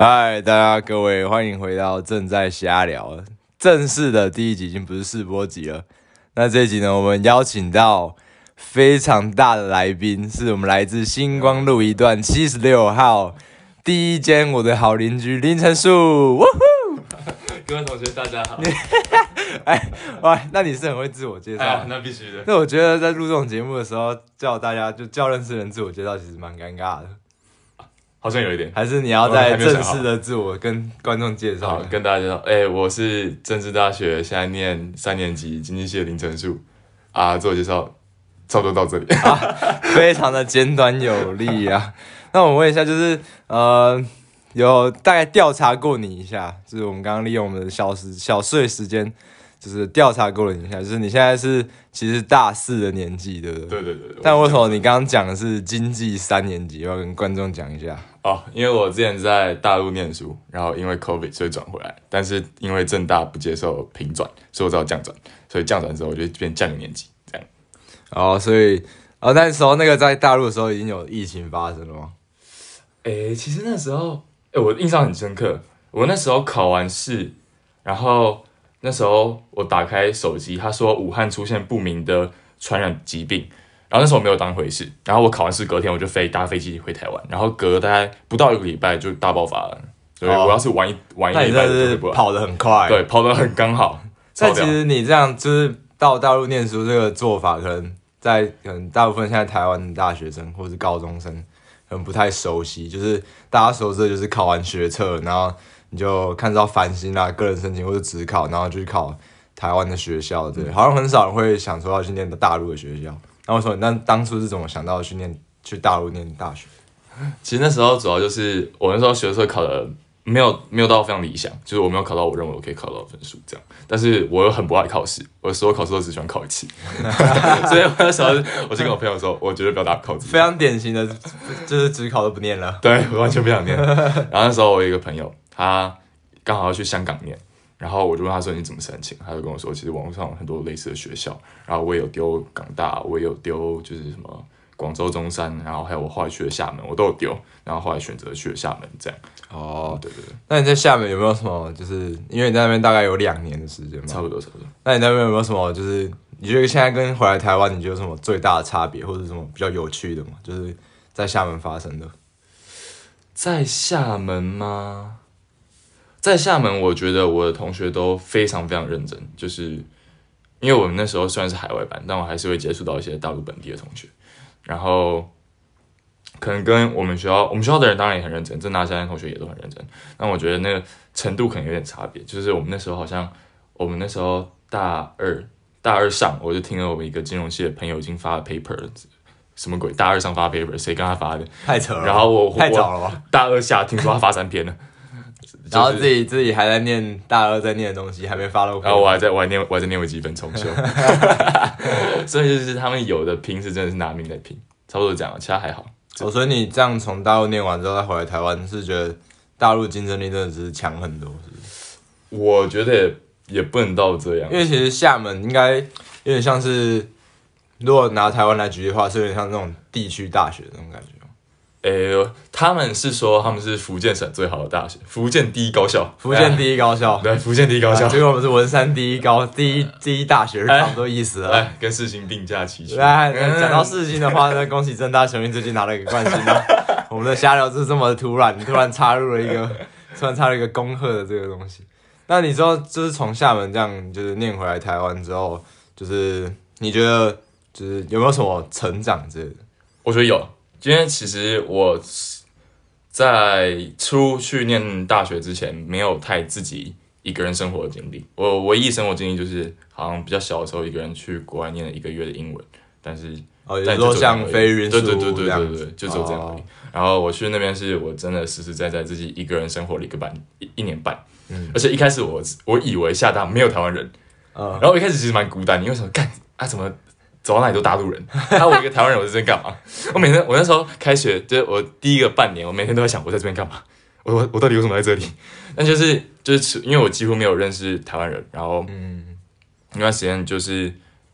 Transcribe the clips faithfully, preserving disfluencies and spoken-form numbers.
嗨，大家各位，欢迎回到正在瞎聊。正式的第一集已经不是试播集了。那这一集呢，我们邀请到非常大的来宾，是我们来自星光路一段七十六号第一间我的好邻居林晨树。呜呼！ 各位同学，大家好。 哎，哇，那你是很会自我介绍、 哎，那必须的。 那我觉得在录这种节目的时候，叫大家就叫认识人自我介绍，其实蛮尴尬的。 好像有一点， 还是你要在正式的自我跟观众介绍？ 好，跟大家介绍，哎、欸，我是政治大学现在念三年级经济系的林晨树啊。自我介绍差不多到这里， 啊、非常的简短有力啊。那我问一下，就是呃，有大概调查过你一下，就是我们刚刚利用我们的小时小睡时间，就是调查过了你一下，就是你现在是其实大四的年纪，对不对？ 对对对。 但为什么你刚刚讲的是经济三年级？要跟观众讲一下。 哦，因为我之前在大陆念书，然后因为 COVID 所以转回来，但是因为政大不接受平转，所以我只好降转，所以降转之后我就变降个年级这样。 哦，所以哦，那时候那个在大陆的时候已经有疫情发生了吗？ 诶，其实那时候，诶，我印象很深刻，我那时候考完试，然后那时候我打开手机，他说武汉出现不明的传染疾病。然后那时候我没有当回事，然后我考完试隔天我就飞搭飞机回台湾，然后隔大概不到一个礼拜就大爆发了，所以我要是晚一、哦、晚一个礼拜就回不来。 跑得很快， 对，跑得很刚好。 但其实你这样就是到大陆念书这个做法，可能在可能大部分现在台湾的大学生或是高中生可能不太熟悉，就是大家熟知的就是考完学测，然后你就看到繁星啊、个人申请或者指考，然后就去考台湾的学校，对，好像很少人会想说要去念大陆的学校。那我说，那当初是怎么想到去念去大陆念大学？ 其实那时候主要就是我那时候学测考的没有没有到非常理想，就是我没有考到我认为我可以考到的分数这样。但是我又很不爱考试，我所有考试都只喜欢考一次，所以我那时候我去跟我朋友说，我绝对不要打考自己。 非常典型的，就是只考都不念了。 对，我完全不想念。然后那时候我有一个朋友，他刚好要去香港念。然后我就问他说你怎么申请，他就跟我说其实网络上有很多类似的学校，然后我也有丢港大，我也有丢就是什么广州中山，然后还有我后来去了厦门，我都有丢，然后后来选择去了厦门这样。 哦， 对对对。 那你在厦门有没有什么就是因为你在那边大概有两年的时间吗？ 差不多差不多。 那你那边有没有什么就是你觉得现在跟回来台湾你觉得有什么最大的差别，或者什么比较有趣的吗？就是在厦门发生的。 在厦门吗？在厦门，我觉得我的同学都非常非常认真，就是因为我们那时候虽然是海外班，但我还是会接触到一些大陆本地的同学，然后可能跟我们学校我们学校的人当然也很认真，正大现在同学也都很认真，但我觉得那个程度可能有点差别，就是我们那时候好像我们那时候大二大二上，我就听了我们一个金融系的朋友已经发了 paper 了。什么鬼？大二上发 paper， 谁跟他发的？ 太扯了。 然后我太早了吧？ 大二下听说他发三篇了。 然后自己自己还在念大二在念的东西，还没发到。 然后我还在我还念我还在念微积分重修，所以就是他们有的拼是真的是拿命在拼，差不多这样，其他还好。 哦，所以你这样从大陆念完之后再回来台湾，是觉得大陆竞争力真的只是强很多，是不是？ 我觉得也也不能到这样， 因为其实厦门应该有点像是，如果拿台湾来举例的话，是有点像那种地区大学的那种感觉。 诶、欸，他们是说他们是福建省最好的大学，福建第一高校， 福建第一高校， 对，福建第一高校。 结果我们是文山第一高，第一第一大学，差不多意思了。 哎，跟世新并驾齐驱。 来，讲到世新的话呢，恭喜政大雄鹰最近拿了一个冠军啊！我们的瞎聊就是这么突然，突然插入了一个，突然插入一个恭贺的这个东西。那你说，就是从厦门这样就是念回来台湾之后，就是你觉得就是有没有什么成长之类的？ 我觉得有。因为其实我在出去念大学之前，没有太自己一个人生活的经历。我唯一生活经历就是好像比较小的时候，一个人去国外念了一个月的英文，但是哦，你说像飞云对对对对对对，就只有这样而已。然后我去那边是我真的实实在在自己一个人生活了一个半一一年半，嗯，而且一开始我我以为厦大没有台湾人，嗯，然后我一开始其实蛮孤单，因为什么干啊怎么？走到哪里都大陆人，啊，我一个台湾人，我在这边干嘛？我每天，我那时候开学，就是我第一个半年，我每天都在想，我在这边干嘛？我我我到底为什么在这里？但就是就是因为我几乎没有认识台湾人，然后嗯，那段时间就是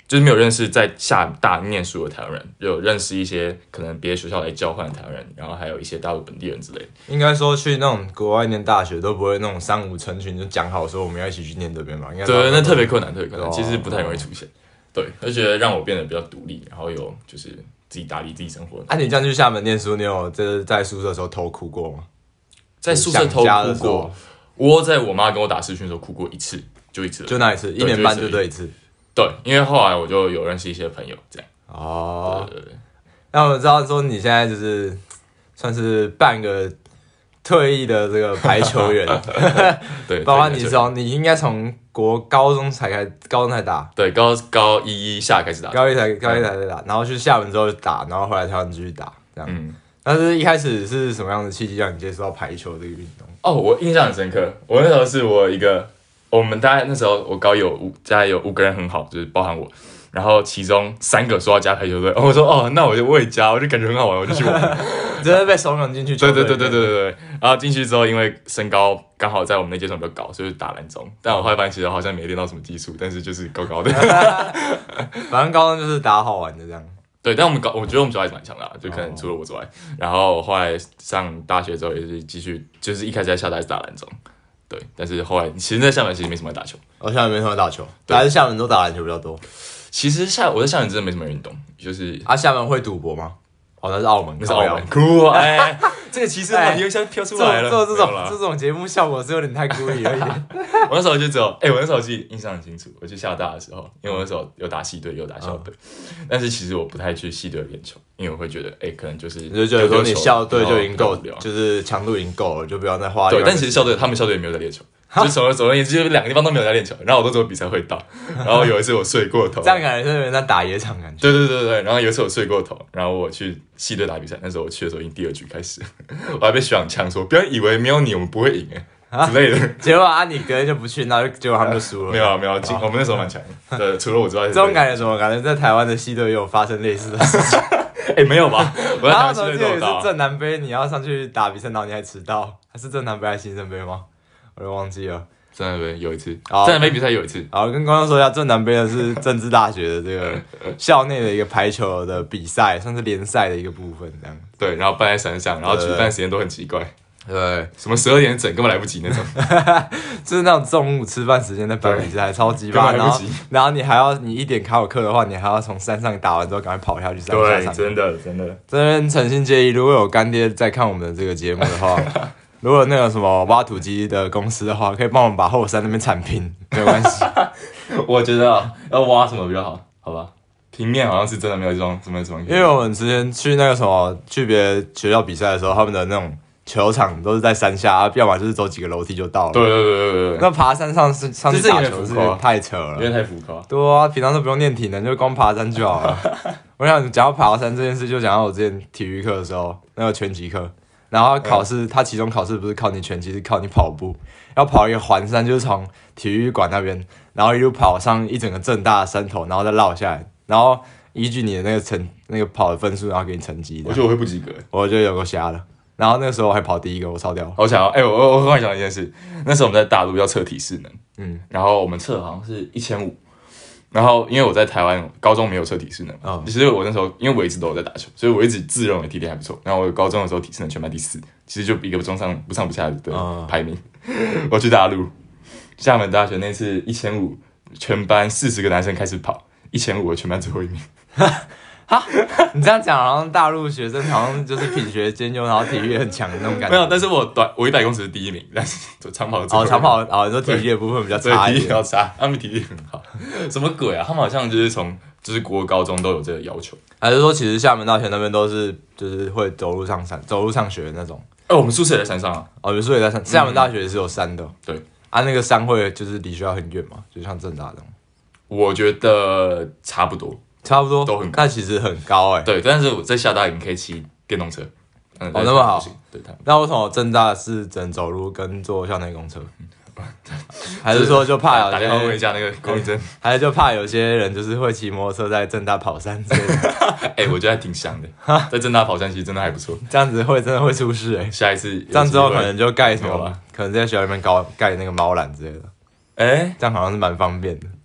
就是没有认识在厦大念书的台湾人，有认识一些可能别的学校来交换的台湾人，然后还有一些大陆本地人之类的。 应该说去那种国外念大学都不会那种三五成群就讲好说我们要一起去念这边嘛，应该对，那特别困难，特别困难， 哦、 其实不太容易出现。对，而且让我变得比较独立，然后有就是自己打理自己生活。 啊，你这样去厦门念书，你有就是在宿舍的时候偷哭过吗？ 在宿舍偷哭过，我在我妈跟我打视讯的时候哭过一次，就一次， 就那一次，一年半就这一次。 对，因为后来我就有认识一些朋友，这样。 哦， 对对对。 那我知道说你现在就是算是半个退役的这个排球员， 对， 包括你从你应该从国高中才开，高中才打， 对，高高一一下开始打， 高一才高一才在打，然后去厦门之后打，然后回来台湾继续打，这样。嗯。但是一开始是什么样的契机让你接触到排球这个运动？ 哦，我印象很深刻，我那时候是我一个。我们大概那时候我高有五，大概有五个人很好，就是包含我，然后其中三个说要加排球队，我说哦，那我就我也加，我就感觉很好玩，我就去玩， 真的被怂恿进去。 对对对对对对，然后进去之后，因为身高刚好在我们那阶段比较高，所以打篮中，但我后来发现其实好像没练到什么技术，但是就是高高的， 反正高中就是打好玩的这样。 对，但我们高，我觉得我们小孩子蛮强的、啊，就可能除了我之外，然后后来上大学之后也是继续，就是一开始在厦大是打篮中。对，但是后来其实在厦门其实没什么人打球， 我、哦、厦门没什么人打球，还是厦门都打篮球比较多。 其实厦我在厦门真的没什么运动，就是啊，厦门会赌博吗？哦，那是澳门， 那是澳门，酷啊！哎，这个歧视话题又先飘出来了。 做这种这种节目效果是有点太故意了一点。 我那时候就只有，哎、欸，我那时候记得印象很清楚，我去厦大的时候，因为我那时候有打系队，有打校队，嗯、但是其实我不太去系队练球，因为我会觉得，哎、欸，可能就是你就觉得说你校队就已经够，就是强度已经够了，就不要再花。 对，但其实校队他们校队也没有在练球。就是总总而言之，就是两个地方都没有在练球，然后我都只有比赛会到，然后有一次我睡过头， 这样感觉是人在打野场感觉。 对对对对，然后有一次我睡过头，然后我去系队打比赛，那时候我去的时候已经第二局开始，我还被学长呛说，不要以为没有你我们不会赢哎之类的。 结果啊，你隔天就不去，然后结果他们就输了。 没有没有，我们那时候蛮强的，对，除了我之外。 这种感觉怎么感觉在台湾的系队也有发生类似的事情？ 哎、欸，没有吧？我在台湾系队都有到。是正南杯，你要上去打比赛，然后你还迟到，还是正南杯还是新生杯吗？我就忘记了。 正南杯有一次，正南杯比赛有一次。 好，跟观众说一下，正南杯的是政治大学的这个校内的一个排球的比赛，算是联赛的一个部分，这样。 对，然后办在山上，然后举办时间都很奇怪。 对， 什么十二点整根本来不及那种， 就是那种中午吃饭时间在办比赛，超级巴。然后，然后你还要你一点考有课的话，你还要从山上打完之后赶快跑下去上下场。 对，真的真的。 这边诚心建议，如果有干爹在看我们的这个节目的话。如果那个什么挖土机的公司的话，可以帮我们把后山那边铲平，没有关系。 我觉得啊，要挖什么比较好？好吧，平面好像是真的没有这种什么什么。 因为我们之前去那个什么去别的学校比赛的时候，他们的那种球场都是在山下，啊、要么就是走几个楼梯就到了。 对对对对对。 那爬山上是上去打球是太扯了， 有点太浮夸。 对啊，平常都不用练体能，就光爬山就好了。我想讲到爬山这件事，就讲到我之前体育课的时候，那个拳击课。然后考试，他期中考试不是靠你拳击，是靠你跑步，要跑一个环山，就是从体育馆那边，然后一路跑上一整个正大的山头，然后再绕下来，然后依据你的那个成那个跑的分数，然后给你成绩。 我觉得我会不及格， 我觉得有够瞎的。然后那个时候我还跑第一个，我超屌。 好强哦！哎、欸，我我忽然想到一件事，那时候我们在大陆要测体适能，嗯，然后我们测好像是一千五。然后，因为我在台湾高中没有测体适能，哦、其实我那时候因为我一直都有在打球，所以我一直自认为体力还不错。然后我高中的时候体适能全班第四，其实就一个中上不上不下的排名。哦、我去大陆，厦门大学那次一千五，全班四十个男生开始跑，一千五我全班最后一名。 哈，你这样讲好像大陆学生好像就是品学兼优，然后体育很强的那种感觉。 没有，但是我短我一百公尺是第一名，但是长跑哦长跑哦，你说体育的部分比较差一点， 体育比较差，他们体育很好。什么鬼啊？他们好像就是从就是国高中都有这个要求， 还是说其实厦门大学那边都是就是会走路上山、走路上学的那种？ 哎、欸，我们宿舍也在山上啊。 哦，你们宿舍也在山，厦门大学也是有山的。 嗯、对啊，那个山会就是离学校很远嘛，就像政大这种。 我觉得差不多。 差不多都很高， 但其实很高哎、欸。 对，但是我在厦大你可以骑电动车， 嗯、哦，那么好。 对， 那为什么政大是只能走路跟坐校内公车？还是说就怕有打电话问一下那个公证？ 还是就怕有些人就是会骑摩托车在政大跑山之类的？ 哎、欸，我觉得还挺香的，在政大跑山其实真的还不错。 这样子会真的会出事哎、欸。 下一次这样之后可能就盖什么，可能在学校里面搞盖那个猫缆之类的。哎、欸，这样好像是蛮方便的。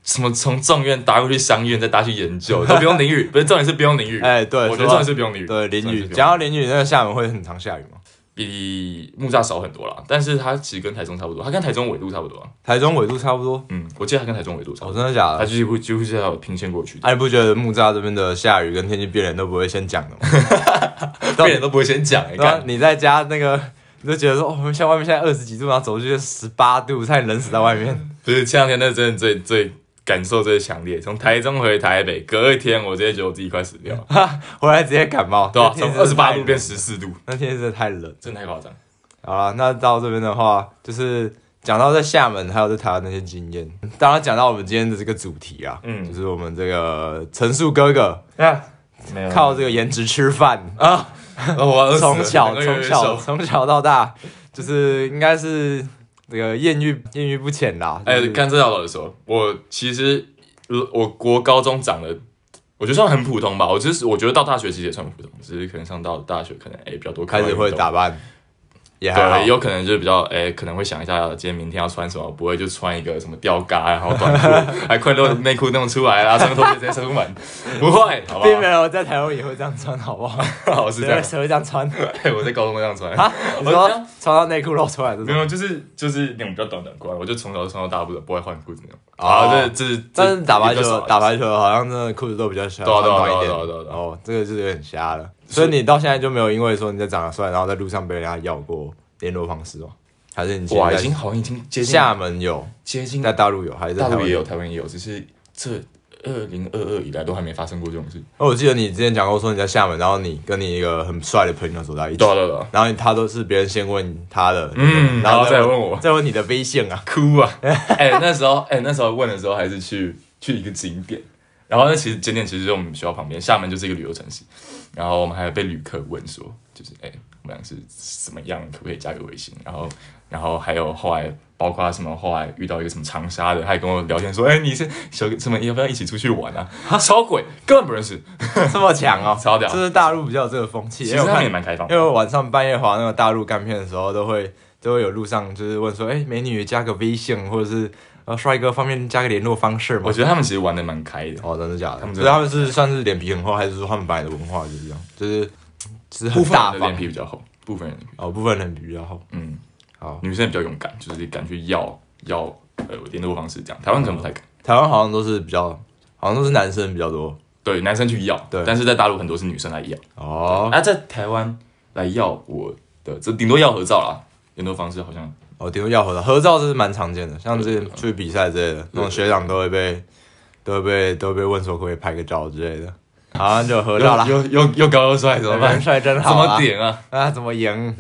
什么从众院搭过去商院，再搭去研究，都不用淋雨，不是重点是不用淋雨。 哎、欸，对， 我觉得重点是不用淋雨。 对，淋雨。讲到淋雨，那个厦门会很常下雨吗？ 比木栅少很多啦，但是它其实跟台中差不多，它跟台中纬度差不多、啊。 台中纬度差不多， 嗯，我记得它跟台中纬度差不多。 哦，真的假的？ 它几乎几乎是要平线过去的。 哎、啊，你不觉得木栅这边的下雨跟天气变脸都不会先讲的吗？ 变脸都不会先讲、欸， 看你在家那个，你就觉得说，哦，像外面现在二十几度，然后走出去十八度，差点冷死在外面。 不是前两天那真的最最感受最强烈，从台中回台北，隔一天我直接觉得我自己快死掉了， 回来直接感冒， 对啊，从二十八度变十四度， 那天真的太冷， 真的太夸张。 好了，那到这边的话，就是讲到在厦门还有在台湾那些经验，当然讲到我们今天的这个主题啊，嗯，就是我们这个陈述哥哥啊，靠这个颜值吃饭啊， 我从小从小从小到大，就是应该是这个艳遇艳遇不浅啦。 哎、就是，看这条老实说，我其实我国高中长得，我觉得算很普通吧。我就是我觉得到大学其实也算普通，只是可能上到大学可能哎、欸、比较多开始会打扮。 也对，有可能就是比较诶、欸，可能会想一下今天明天要穿什么，不会就穿一个什么吊嘎，然后短裤，还快乐内裤弄出来啊，穿个拖鞋直接出门，不会，好不好？ 并没有在台湾也会这样穿，好不好？ 好是这样， 谁会这样穿？ 哎，我在高中这样穿啊，我说穿到内裤露出来的， 没有，就是就是那种比较短短裤，我就从小穿到大，不不会换裤子那种。啊，这这但是打排球打排球好像真的裤子都比较小， 短短一点。 哦，这个就是有点瞎了。所以你到现在就没有因为说你在长得帅，然后在路上被人家要过联络方式吗？还是你哇，已经好像已经接近厦门有， 接近在大陆有，还是在大陆也有，台湾也有，只是这二零二二以来都还没发生过这种事。 哦，我记得你之前讲过说你在厦门，然后你跟你一个很帅的朋友走在一起， 对对对， 然后他都是别人先问他的， 嗯，然后再问我， 再问你的微信啊， 哭啊！哎、欸，那时候哎、欸，那时候问的时候还是去去一个景点，然后那其实景点其实就我们学校旁边，厦门就是一个旅游城市，然后我们还有被旅客问说，就是哎、欸，我们俩是怎么样，可不可以加个微信？然后。然后还有后来，包括什么后来遇到一个什么长沙的，他还跟我聊天说：“哎、欸，你是小什么？要不要一起出去玩啊？”超鬼，根本不认识， 这么强哦， 超屌！ 这是大陆比较有这个风气， 其实他们也蛮开放。 因为我晚上半夜滑那个大陆干片的时候，都会都会有路上就是问说：“哎、欸，美女加个微信，或者是呃帅哥方便加个联络方式吗？” 我觉得他们其实玩的蛮开的。 哦，真的假的？他们所以他们是算是脸皮很厚，还是说他们本来的文化就是这样？就是就是很大方， 脸皮比较厚，部分人哦，部分人脸皮比较厚， 嗯。女生比较勇敢，就是敢去要要呃联络方式这样。台湾可能不太敢， 台湾好像都是比较，好像都是男生比较多。 对，男生去要，对。但是在大陆很多是女生来要。哦。那、啊、在台湾来要我的，这顶多要合照啦，联络方式好像。 哦，顶多要合照，合照这是蛮常见的，像之前去比赛之类的，那种学长都会被都会被都会被问说可不可以拍个照之类的。好，就合照啦。 又又又高又帅，怎么办？ 帅真好、 啊。怎么点啊？ 啊，怎么赢？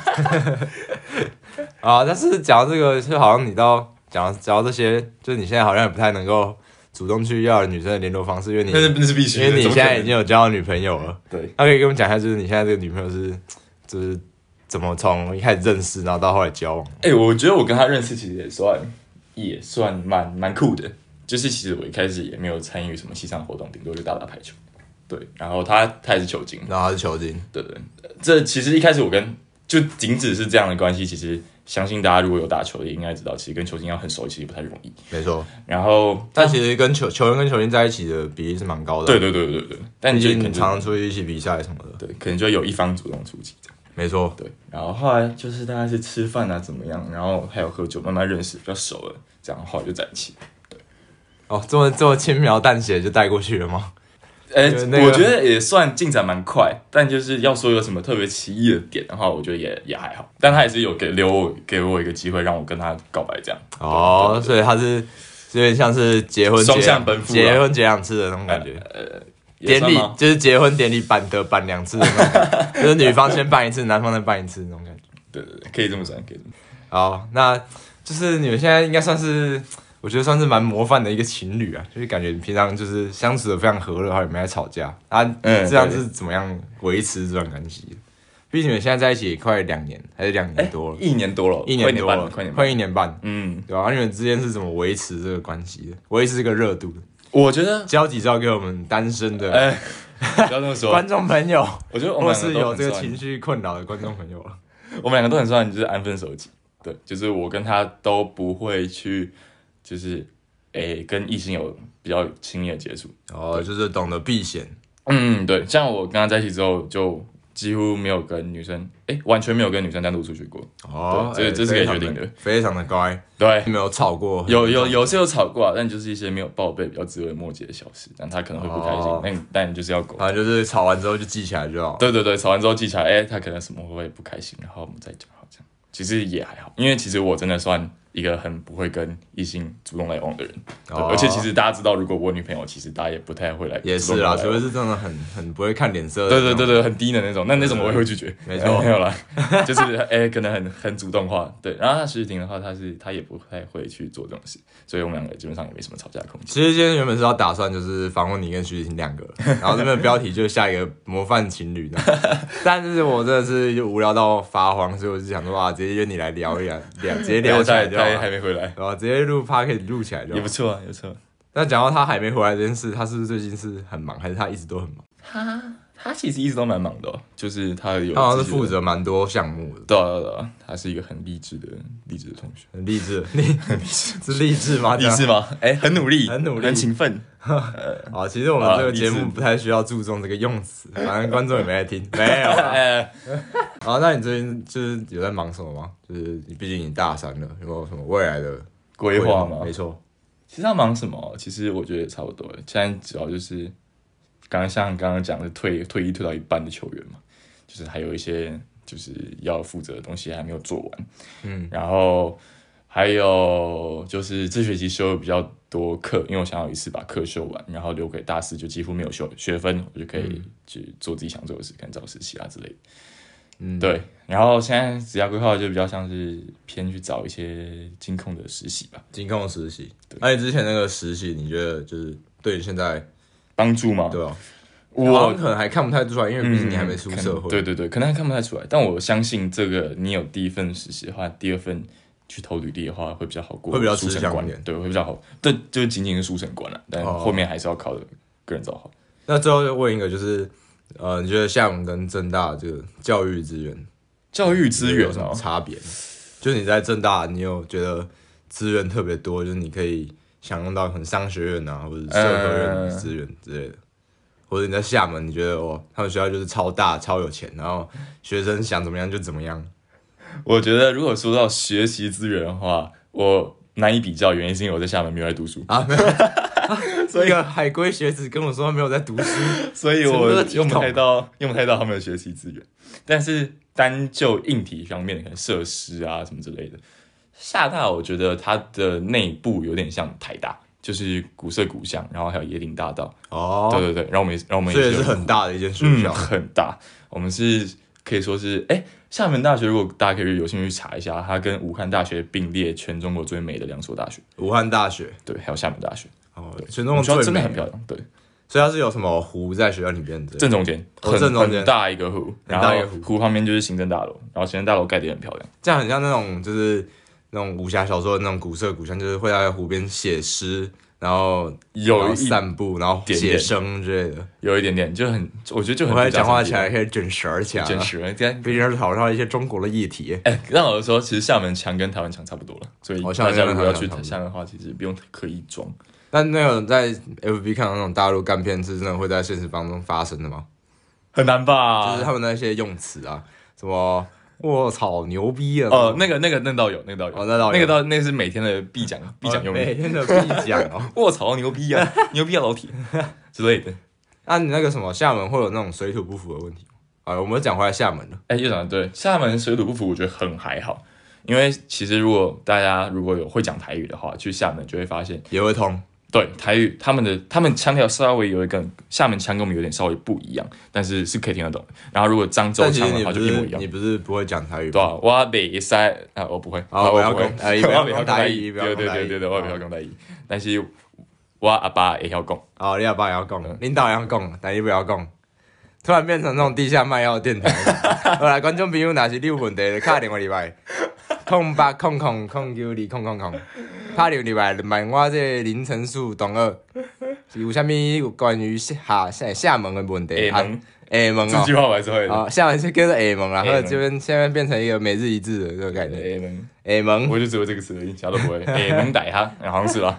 啊，但是讲到这个，就好像你到讲讲到这些，就是你现在好像也不太能够主动去要女生的联络方式，因为你那是那是必须， 因为你现在已经有交到女朋友了。 对， 那可以跟我们讲一下，就是你现在这个女朋友是，就是怎么从一开始认识，然后到后来交往？ 哎、欸，我觉得我跟她认识其实也算也算蛮蛮酷的，就是其实我一开始也没有参与什么系上活动，顶多就打打排球。对，然后他他也是球精， 然后他是球精， 对对，这其实一开始我跟就仅只是这样的关系，其实相信大家如果有打球的，应该知道，其实跟球精要很熟，其实不太容易。 没错， 然后但其实跟球球员跟球精在一起的比例是蛮高的。 对对对对对，但你就可能常常出去一起比赛什么的， 对，可能就会有一方主动出击这样。 没错， 对。然后后来就是大概是吃饭啊怎么样，然后还有喝酒，慢慢认识，比较熟了，这样后来就在一起。对。 哦，这么这么轻描淡写就带过去了吗？ 哎、欸，那個、我觉得也算进展蛮快，但就是要说有什么特别奇异的点的话，我觉得也也还好。但他也是有给留我给我一个机会，让我跟他告白这样。 哦，所以他是有点像是结婚双向奔赴， 结婚结两次的那种感觉。呃，呃典礼就是结婚典礼办的办两次的那种感觉，就是女方先办一次，男方再办一次那种感觉。 对对对，可以这么算，可以这么算。 好，那就是你们现在应该算是。我觉得算是蛮模范的一个情侣啊，就是感觉平常就是相处的非常和乐，还有没在吵架啊。嗯，这样是怎么样维持这段关系？毕竟你们现在在一起也快两年，还是两年多了？ 欸、一年多了， 一年多了， 快一年快一年半。 嗯， 对吧、啊？你们之间是怎么维持这个关系的？维持这个热度的？ 我觉得交几招给我们单身的， 哎、欸，不要这么说， 观众朋友， 我觉得我们或是有这个情绪困扰的观众朋友了。 我们两个都很算就是安分守己，对，就是我跟他都不会去，就是。 诶、欸、跟异性有比较亲密的接触。 哦，就是懂得避嫌。 嗯，对，像我跟他在一起之后，就几乎没有跟女生，哎，完全没有跟女生单独出去过。 哦， 对，这、欸、这是可以决定的， 非常的乖。 对， 没有吵过。 有有有是有吵过、啊，但就是一些没有报备、比较枝微末节的小事，但他可能会不开心。哦、但但你就是要沟通， 啊，就是吵完之后就记起来就好。 对对对，吵完之后记起来，哎、欸，他可能什么会不开心，然后我们再讲好这样。其实也还好，因为其实我真的算一个很不会跟异性主动来往的人，哦、而且其实大家知道，如果我女朋友，其实大家也不太会来。 也是啦，除非是真的很很不会看脸色的。 对对对对，很低的那种，那那种我也会拒绝。 没错， 没有啦，就是哎、欸，可能很很主动化。对，然后他实体的话，他是他也不太会去做这种事，所以我们两个基本上也没什么吵架的空间。 其实今天原本是要打算就是访问你跟徐子婷两个，然后这边的标题就下一个模范情侣的，但是我真的是就无聊到发慌，所以我就想说啊，直接约你来聊一聊，聊直接聊起来就好了。 他还没回来， 然后直接录 podcast 录起来就好也不错啊，也不错。 那讲到他还没回来这件事，他是不是最近是很忙，还是他一直都很忙？ 他他其实一直都蛮忙的、哦，就是他有他好像是负责蛮多项目的。 对啊对啊，他是一个很励志的励志的同学， 很励志，很励志，是励志吗？ 励志吗？哎、欸，很努力， 很努力， 很勤奋。 啊，其实我们这个节目不太需要注重这个用词，反正观众也没在听，没有、啊。啊，那你最近就是有在忙什么吗？就是你毕竟你大三了，有没有什么未来的规划吗？ 没错。 其实他忙什么？其实我觉得也差不多。现在主要就是刚刚像刚刚讲的退退役退到一半的球员嘛，就是还有一些就是要负责的东西还没有做完。嗯，然后还有就是这学期修了比较多课，因为我想要一次把课修完，然后留给大四就几乎没有修学分，我就可以去做自己想做的事，可能找实习啊之类的。嗯，对，然后现在职业规划就比较像是偏去找一些金控的实习吧。 金控的实习，那你之前那个实习，你觉得就是对你现在帮助吗？ 对啊，我可能还看不太出来，因为毕竟你还没出社会、 嗯。对对对，可能还看不太出来。但我相信这个，你有第一份实习的话，第二份去投履历的话会比较好过， 会比较吃香一点。 对，会比较好。对，就仅仅是书审官了，但后面还是要靠个人造化。 那最后问一个，就是呃，你觉得厦门跟政大这个教育资源？ 教育资源有什么差别？就是你在政大，你有觉得资源特别多，就是你可以享用到可能商学院啊，或者社科院的资源之类的，或者你在厦门，你觉得哦，他们学校就是超大、超有钱，然后学生想怎么样就怎么样。 我觉得如果说到学习资源的话，我难以比较，原因是因为我在厦门没有在读书啊，没有。所以海归学子跟我说他没有在读书， 所以我用不太到用不太到他们的学习资源，但是。单就硬体方面，可能设施啊什么之类的，厦大我觉得它的内部有点像台大，就是古色古香，然后还有椰林大道。哦，对对对，然后我们然后我们也是很大的一间学校、 嗯，很大。我们是可以说是，哎，厦门大学如果大家可以有兴趣查一下，它跟武汉大学并列全中国最美的两所大学。 武汉大学对，还有厦门大学。 哦，全中国最美， 真的很漂亮。对。 所以它是有什么湖在学校里面的？ 正中间，很正中间很大一个湖，然后湖旁边就是行政大楼，然后行政大楼盖得很漂亮， 这样很像那种就是那种武侠小说的那种古色古香，就是会在湖边写诗，然后有一散步，然后写生之类的， 有一点点就很，我觉得就很。 我讲话起来可以卷舌起来， 卷舌， 毕竟是讨论到一些中国的议题。 哎、欸，让我说，其实厦门腔跟台湾腔差不多了，所以大家如果要去厦门的话，其实不用刻意装。 但那种在 F B 看到那种大陆干片，是真的会在现实当中发生的吗？ 很难吧？ 就是他们那些用词啊，什么我操牛逼啊！ 哦，那个那个那倒有，那个倒有， 哦、那倒有， 那个倒那是每天的必讲必讲用语， 每天的必讲哦。 我操牛逼啊，牛逼啊老铁之类的。 那、啊、你那个什么厦门会有那种水土不服的问题吗？啊，我们讲回来厦门了。 哎、欸，又讲的对，厦门水土不服，我觉得很还好。因为其实如果大家如果有会讲台语的话，去厦门就会发现也会通。 对台语，他们的他们腔调稍微有一个厦门腔跟我们有点稍微不一样，但是是可以听得懂。然后如果漳州腔的话就一模一样。 你不是不会讲台语吗？ 对啊，我袂使啊，我不会。 啊，我要讲， 我不要讲台语， 对对对对对，我不要讲台语。但是我阿爸会晓讲。 哦，你阿爸也要讲，领导也要讲，但你不要讲。突然变成那种地下卖药电台。好啦，观众朋友，若是你有问题，打电话入来。空八空空空九二空空空，拍入入来问我这林晨树同学是有啥物关于厦厦门的问题？ 厦门， 厦门哦， 这句话我还是会的。 啊，厦门就叫做厦门啦，然后这边现在变成一个每日一字的这个概念。 厦门， 厦门， 我就只有这个词而已，其他都不会。厦门大厦，好像是吧？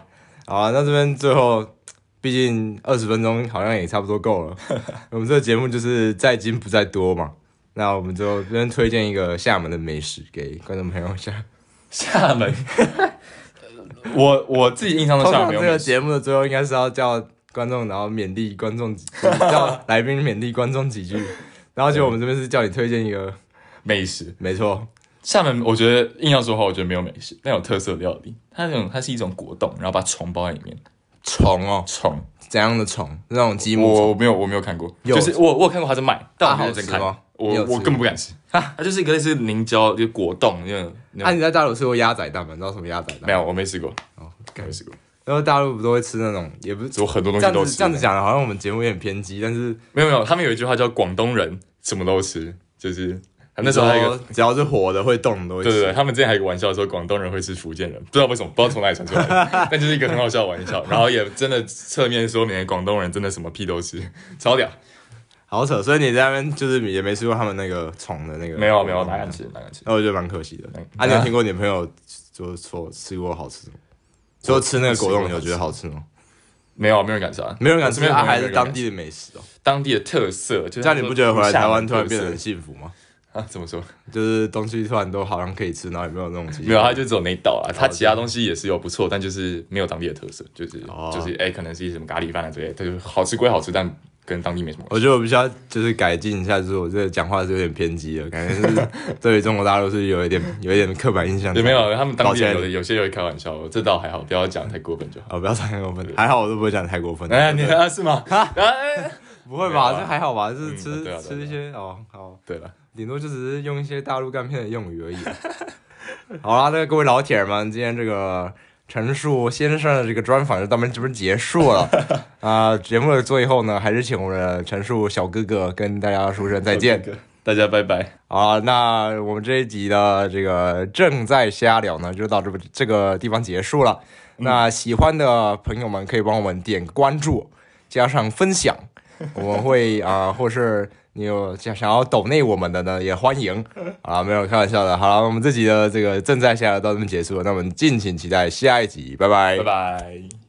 好啊，那这边最后，毕竟二十分钟好像也差不多够了。我们这个节目就是在精不在多嘛。那我们就这边推荐一个厦门的美食给观众朋友一下。 厦门，我我自己印象中厦门没有这个节目的最后应该是要叫观众，然后勉励观众，叫来宾勉励观众几句。然后就我们这边是叫你推荐一个美食， 没错。 厦门我觉得硬要说的话，我觉得没有美食，但有特色料理。它那种它是一种果冻，然后把虫包在里面。 虫哦， 虫怎样的虫？那种积木虫？ 我没有我没有看过，就是我我有看过它在卖，但我没有在看。 吗？ 我我根本不敢吃，它就是一个类似凝胶，就果冻那种。 啊，你在大陆吃过鸭仔蛋吗？你知道什么鸭仔蛋？ 没有，我没吃过。 哦， 没吃过。 然后大陆不都会吃那种，也不是我很多东西都吃。 这样子讲的，好像我们节目有点偏激，但是没有没有，他们有一句话叫广东人什么都吃，就是那时候还有一个只要是活的会动的都会吃。 对对对，他们之前还有一个玩笑说广东人会吃福建人，不知道为什么，不知道从哪里传出来的，但就是一个很好笑的玩笑，然后也真的侧面说明广东人真的什么屁都吃，超屌。 好扯，所以你在那边就是也没吃过他们那个虫的那个？ 没有没有，哪敢吃哪敢吃。 那我觉得蛮可惜的。啊，你有听过你朋友就说吃过好吃吗？就吃那个果冻，你有觉得好吃吗？ 没有，没有人敢吃啊， 没有人敢吃，啊，还是当地的美食哦， 当地的特色。就是这样你不觉得回来台湾突然变得很幸福吗？ 啊，怎么说？ 就是东西突然都好像可以吃，然后也没有那种没有，它就只有那一道啊。它其他东西也是有不错，但就是没有当地的特色，就是、哦、就是哎、欸，可能是一些什么咖喱饭啊之类的，它就好吃归好吃，但跟当地没什么关系。 我觉得我必须要就是改进一下，就是我这个讲话是有点偏激的，感觉是对于中国大陆是有一点有一点刻板印象。 也没有，他们当地有的有些会开玩笑，这倒还好，不要讲太过分就好。 哦，不要讲太过分，还好我都不会讲太过分。 哎，你啊是吗？ 不会吧？这还好吧？就是吃、 嗯啊啊、 吃一些哦，好， 对了， 顶多就只是用一些大陆干片的用语而已。好啦，那个各位老铁们，今天这个陈述先生的这个专访就到这边结束了啊、呃。节目的最后呢，还是请我们的陈述小哥哥跟大家说声再见， 哥哥大家拜拜。 好，那我们这一集的这个正在瞎聊呢，就到这这个地方结束了。嗯、那喜欢的朋友们可以帮我们点关注，加上分享。我们会啊、呃，或是你有想想要抖内我们的呢，也欢迎啊，没有开玩笑的。好了，我们这集的这个正在下到这边结束了，那我们敬请期待下一集，拜拜， 拜拜。